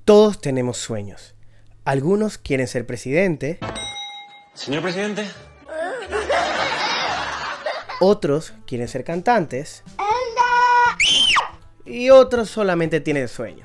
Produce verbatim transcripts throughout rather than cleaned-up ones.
Todos tenemos sueños. Algunos quieren ser presidente. Señor presidente. Otros quieren ser cantantes. Y otros solamente tienen sueños.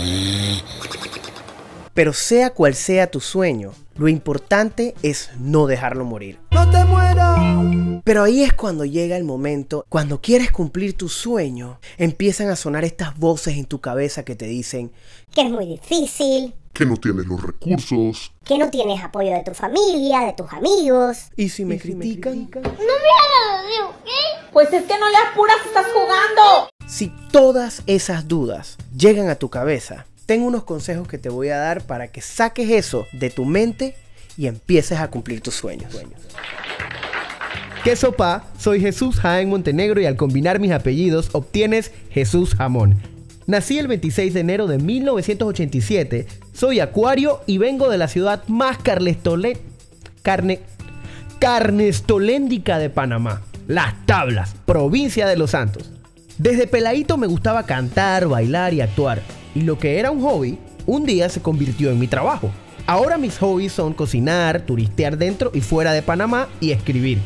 Pero sea cual sea tu sueño, lo importante es no dejarlo morir. ¡No te mueras! Pero ahí es cuando llega el momento, cuando quieres cumplir tu sueño, empiezan a sonar estas voces en tu cabeza que te dicen que es muy difícil, que no tienes los recursos, que no tienes apoyo de tu familia, de tus amigos. ¿Y si me, ¿Y critican? Si me critican? No me hagas, ¿ok? Pues es que no le apuras, estás jugando. Si todas esas dudas llegan a tu cabeza, tengo unos consejos que te voy a dar para que saques eso de tu mente y empieces a cumplir tus sueños. ¿Qué sopa? Soy Jesús Jaén Montenegro y al combinar mis apellidos obtienes Jesús Jamón. Nací el veintiséis de enero de mil novecientos ochenta y siete, soy acuario y vengo de la ciudad más carnestolé... carne... carnestoléndica de Panamá, Las Tablas, provincia de Los Santos. Desde peladito me gustaba cantar, bailar y actuar. Y lo que era un hobby, un día se convirtió en mi trabajo. Ahora mis hobbies son cocinar, turistear dentro y fuera de Panamá y escribir.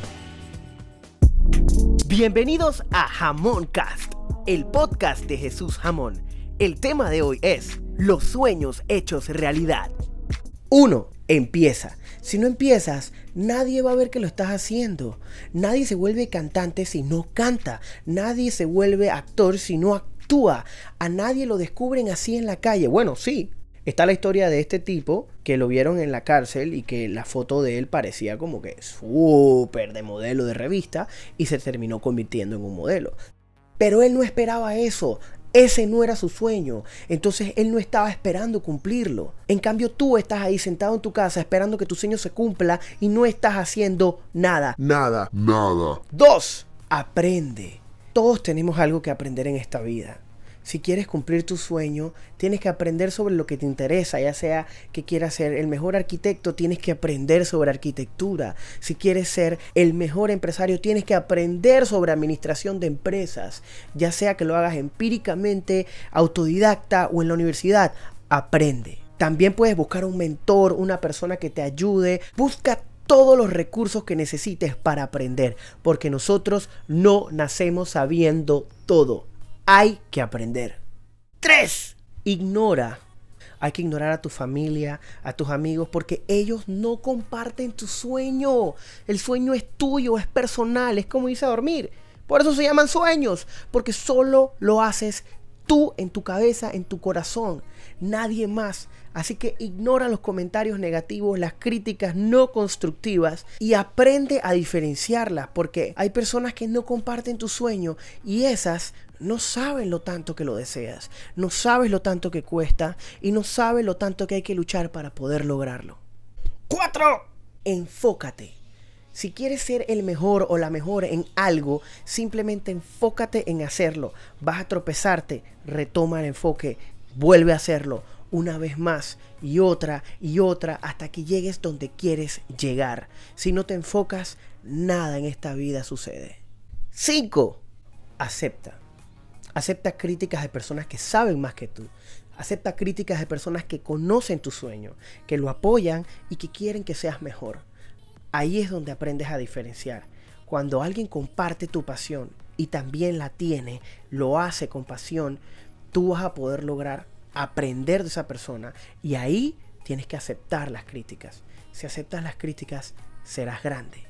Bienvenidos a Jamón Cast, el podcast de Jesús Jamón. El tema de hoy es los sueños hechos realidad. uno. Empieza. Si no empiezas, nadie va a ver que lo estás haciendo. Nadie se vuelve cantante si no canta. Nadie se vuelve actor si no actúa. A nadie lo descubren así en la calle. Bueno, sí. Está la historia de este tipo que lo vieron en la cárcel y que la foto de él parecía como que súper de modelo de revista y se terminó convirtiendo en un modelo. Pero él no esperaba eso. Ese no era su sueño. Entonces él no estaba esperando cumplirlo. En cambio tú estás ahí sentado en tu casa esperando que tu sueño se cumpla y no estás haciendo nada. Nada. Nada. Dos. Aprende. Todos tenemos algo que aprender en esta vida. Si quieres cumplir tu sueño, tienes que aprender sobre lo que te interesa, ya sea que quieras ser el mejor arquitecto, tienes que aprender sobre arquitectura. Si quieres ser el mejor empresario, tienes que aprender sobre administración de empresas, ya sea que lo hagas empíricamente, autodidacta o en la universidad. Aprende. También puedes buscar un mentor, una persona que te ayude. Busca todos los recursos que necesites para aprender, porque nosotros no nacemos sabiendo todo. Hay que aprender. tres. Ignora. Hay que ignorar a tu familia, a tus amigos, porque ellos no comparten tu sueño. El sueño es tuyo, es personal, es como irse a dormir. Por eso se llaman sueños, porque solo lo haces tú en tu cabeza, en tu corazón. Nadie más. Así que ignora los comentarios negativos, las críticas no constructivas y aprende a diferenciarlas, porque hay personas que no comparten tu sueño y esas no saben lo tanto que lo deseas, no sabes lo tanto que cuesta y no sabes lo tanto que hay que luchar para poder lograrlo. cuatro. Enfócate. Si quieres ser el mejor o la mejor en algo, simplemente enfócate en hacerlo. Vas a tropezarte, retoma el enfoque, vuelve a hacerlo una vez más y otra y otra hasta que llegues donde quieres llegar. Si no te enfocas, nada en esta vida sucede. cinco. Acepta. Acepta críticas de personas que saben más que tú. Acepta críticas de personas que conocen tu sueño, que lo apoyan y que quieren que seas mejor. Ahí es donde aprendes a diferenciar. Cuando alguien comparte tu pasión y también la tiene, lo hace con pasión, tú vas a poder lograr aprender de esa persona y ahí tienes que aceptar las críticas. Si aceptas las críticas, serás grande.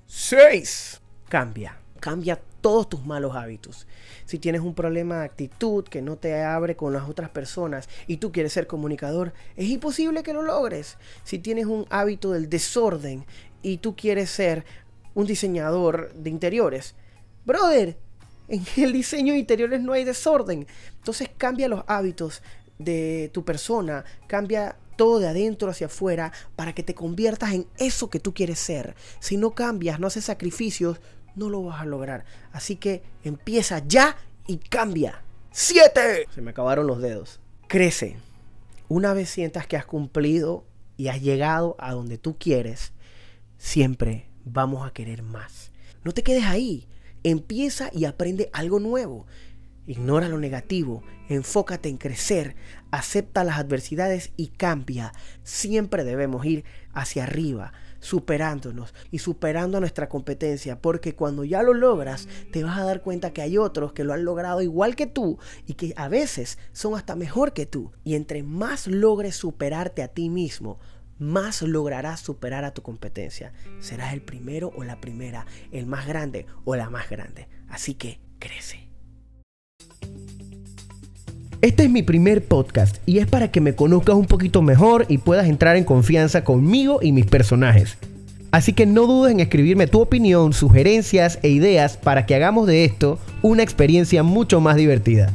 seis. Cambia. Cambia todos tus malos hábitos. Si tienes un problema de actitud que no te abre con las otras personas y tú quieres ser comunicador, es imposible que lo logres. Si tienes un hábito del desorden y tú quieres ser un diseñador de interiores, brother, en el diseño de interiores no hay desorden. Entonces cambia los hábitos de tu persona, cambia todo de adentro hacia afuera para que te conviertas en eso que tú quieres ser. Si no cambias, no haces sacrificios, no lo vas a lograr. Así que empieza ya y cambia. siete. Se me acabaron los dedos. Crece. Una vez sientas que has cumplido y has llegado a donde tú quieres, siempre vamos a querer más. No te quedes ahí. Empieza y aprende algo nuevo. Ignora lo negativo, enfócate en crecer, acepta las adversidades y cambia. Siempre debemos ir hacia arriba, superándonos y superando a nuestra competencia, porque cuando ya lo logras te vas a dar cuenta que hay otros que lo han logrado igual que tú y que a veces son hasta mejor que tú. Y entre más logres superarte a ti mismo, más lograrás superar a tu competencia. Serás el primero o la primera, el más grande o la más grande. Así que crece. Este es mi primer podcast y es para que me conozcas un poquito mejor y puedas entrar en confianza conmigo y mis personajes. Así que no dudes en escribirme tu opinión, sugerencias e ideas para que hagamos de esto una experiencia mucho más divertida.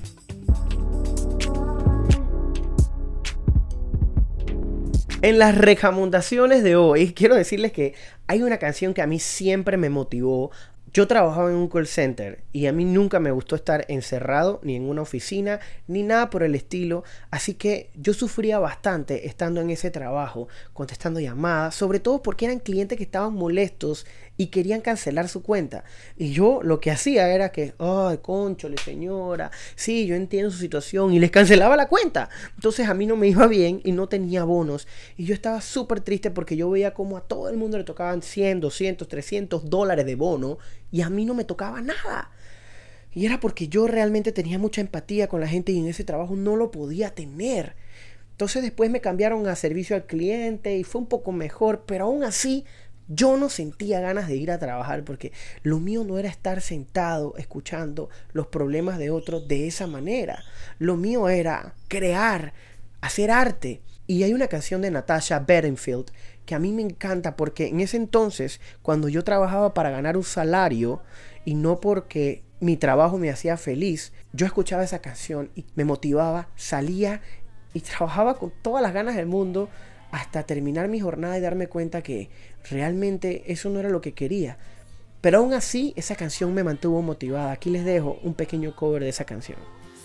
En las recomendaciones de hoy, quiero decirles que hay una canción que a mí siempre me motivó. Yo trabajaba en un call center y a mí nunca me gustó estar encerrado ni en una oficina ni nada por el estilo. Así que yo sufría bastante estando en ese trabajo, contestando llamadas, sobre todo porque eran clientes que estaban molestos y querían cancelar su cuenta. Y yo lo que hacía era que, ay, cónchole señora, sí, yo entiendo su situación, y les cancelaba la cuenta. Entonces a mí no me iba bien y no tenía bonos. Y yo estaba súper triste porque yo veía como a todo el mundo le tocaban cien, doscientos, trescientos dólares de bono y a mí no me tocaba nada. Y era porque yo realmente tenía mucha empatía con la gente y en ese trabajo no lo podía tener. Entonces después me cambiaron a servicio al cliente y fue un poco mejor, pero aún así yo no sentía ganas de ir a trabajar porque lo mío no era estar sentado escuchando los problemas de otros de esa manera. Lo mío era crear, hacer arte. Y hay una canción de Natasha Bedingfield que a mí me encanta porque en ese entonces, cuando yo trabajaba para ganar un salario y no porque mi trabajo me hacía feliz, yo escuchaba esa canción y me motivaba, salía y trabajaba con todas las ganas del mundo hasta terminar mi jornada y darme cuenta que realmente eso no era lo que quería. Pero aún así, esa canción me mantuvo motivada. Aquí les dejo un pequeño cover de esa canción.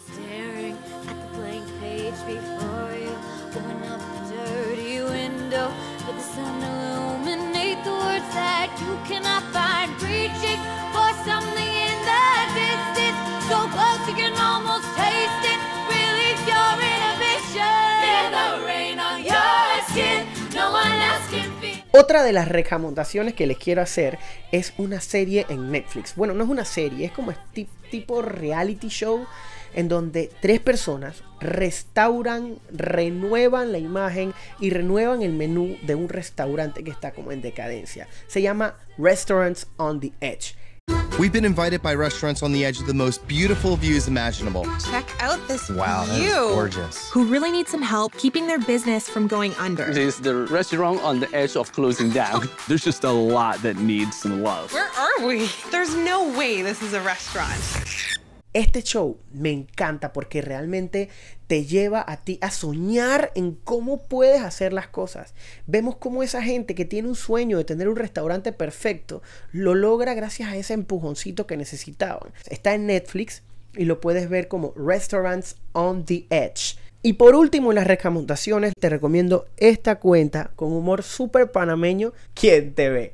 Otra de las recomendaciones que les quiero hacer es una serie en Netflix. Bueno, no es una serie, es como este tipo reality show en donde tres personas restauran, renuevan la imagen y renuevan el menú de un restaurante que está como en decadencia. Se llama Restaurants on the Edge. We've been invited by restaurants on the edge of the most beautiful views imaginable. Check out this Wow, that view. is gorgeous. Who really need some help keeping their business from going under. It is the restaurant on the edge of closing down. There's just a lot that needs some love. Where are we? There's no way this is a restaurant. Este show me encanta porque realmente te lleva a ti a soñar en cómo puedes hacer las cosas. Vemos cómo esa gente que tiene un sueño de tener un restaurante perfecto lo logra gracias a ese empujoncito que necesitaban. Está en Netflix y lo puedes ver como Restaurants on the Edge. Y por último, en las recomendaciones te recomiendo esta cuenta con humor súper panameño, ¿Quién te ve?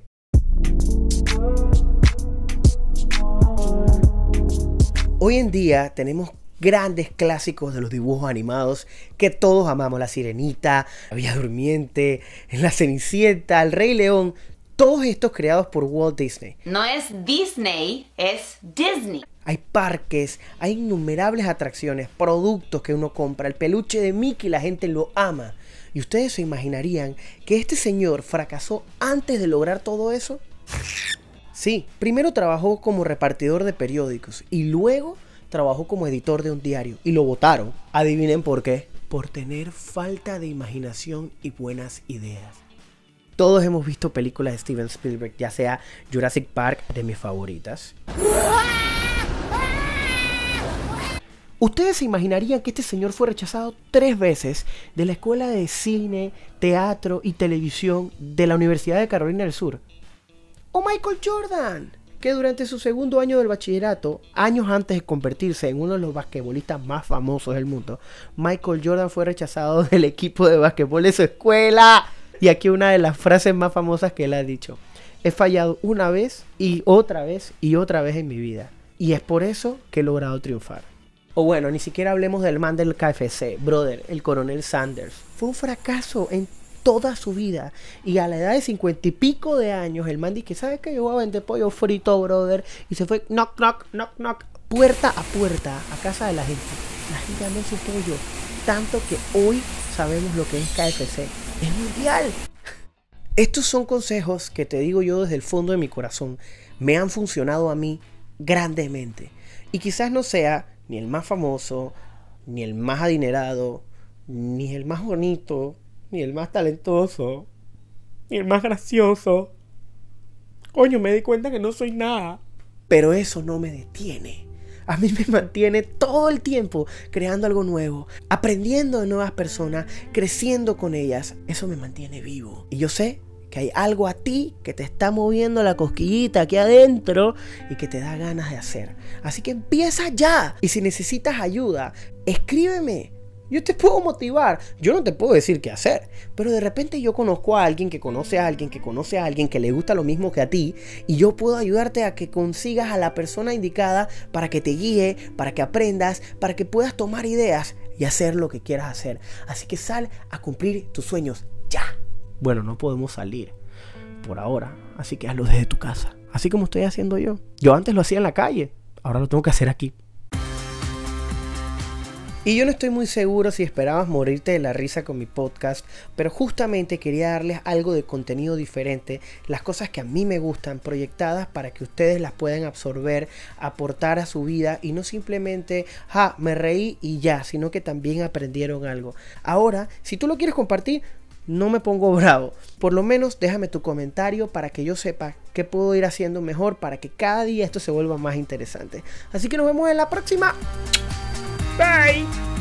Hoy en día tenemos grandes clásicos de los dibujos animados que todos amamos. La Sirenita, La Bella Durmiente, La Cenicienta, El Rey León. Todos estos creados por Walt Disney. No es Disney, es Disney. Hay parques, hay innumerables atracciones, productos que uno compra. El peluche de Mickey, la gente lo ama. ¿Y ustedes se imaginarían que este señor fracasó antes de lograr todo eso? Sí, primero trabajó como repartidor de periódicos y luego trabajó como editor de un diario y lo votaron. Adivinen por qué. Por tener falta de imaginación y buenas ideas. Todos hemos visto películas de Steven Spielberg, ya sea Jurassic Park, de mis favoritas. ¿Ustedes se imaginarían que este señor fue rechazado tres veces de la Escuela de Cine, Teatro y Televisión de la Universidad de Carolina del Sur? O Michael Jordan, que durante su segundo año del bachillerato, años antes de convertirse en uno de los basquetbolistas más famosos del mundo, Michael Jordan fue rechazado del equipo de basquetbol de su escuela. Y aquí una de las frases más famosas que él ha dicho: he fallado una vez y otra vez y otra vez en mi vida, Y es por eso que he logrado triunfar. O bueno, ni siquiera hablemos del man del K F C, brother, el coronel Sanders. Fue un fracaso en toda su vida. Y a la edad de cincuenta y pico de años, el man dice, ¿sabes qué? Yo voy a vender pollo frito, brother. Y se fue knock, knock, knock, knock, puerta a puerta, a casa de la gente. La gente amó su pollo. Tanto que hoy sabemos lo que es K F C. Es mundial. Estos son consejos que te digo yo desde el fondo de mi corazón. Me han funcionado a mí grandemente. Y quizás no sea ni el más famoso, ni el más adinerado, ni el más bonito, ni el más talentoso, ni el más gracioso. Coño, me di cuenta que no soy nada. Pero eso no me detiene. A mí me mantiene todo el tiempo creando algo nuevo, aprendiendo de nuevas personas, creciendo con ellas. Eso me mantiene vivo. Y yo sé que hay algo a ti que te está moviendo la cosquillita aquí adentro y que te da ganas de hacer. Así que empieza ya. Y si necesitas ayuda, escríbeme. Yo te puedo motivar. Yo no te puedo decir qué hacer, pero de repente yo conozco a alguien que conoce a alguien que conoce a alguien que le gusta lo mismo que a ti, y yo puedo ayudarte a que consigas a la persona indicada para que te guíe, para que aprendas, para que puedas tomar ideas y hacer lo que quieras hacer. Así que sal a cumplir tus sueños ya. Bueno, no podemos salir por ahora, así que hazlo desde tu casa, así como estoy haciendo yo. Yo antes lo hacía en la calle, ahora lo tengo que hacer aquí. Y yo no estoy muy seguro si esperabas morirte de la risa con mi podcast, pero justamente quería darles algo de contenido diferente, las cosas que a mí me gustan, proyectadas para que ustedes las puedan absorber, aportar a su vida y no simplemente, ja, me reí y ya, sino que también aprendieron algo. Ahora, si tú lo quieres compartir, no me pongo bravo. Por lo menos déjame tu comentario para que yo sepa qué puedo ir haciendo mejor para que cada día esto se vuelva más interesante. Así que nos vemos en la próxima. Bye.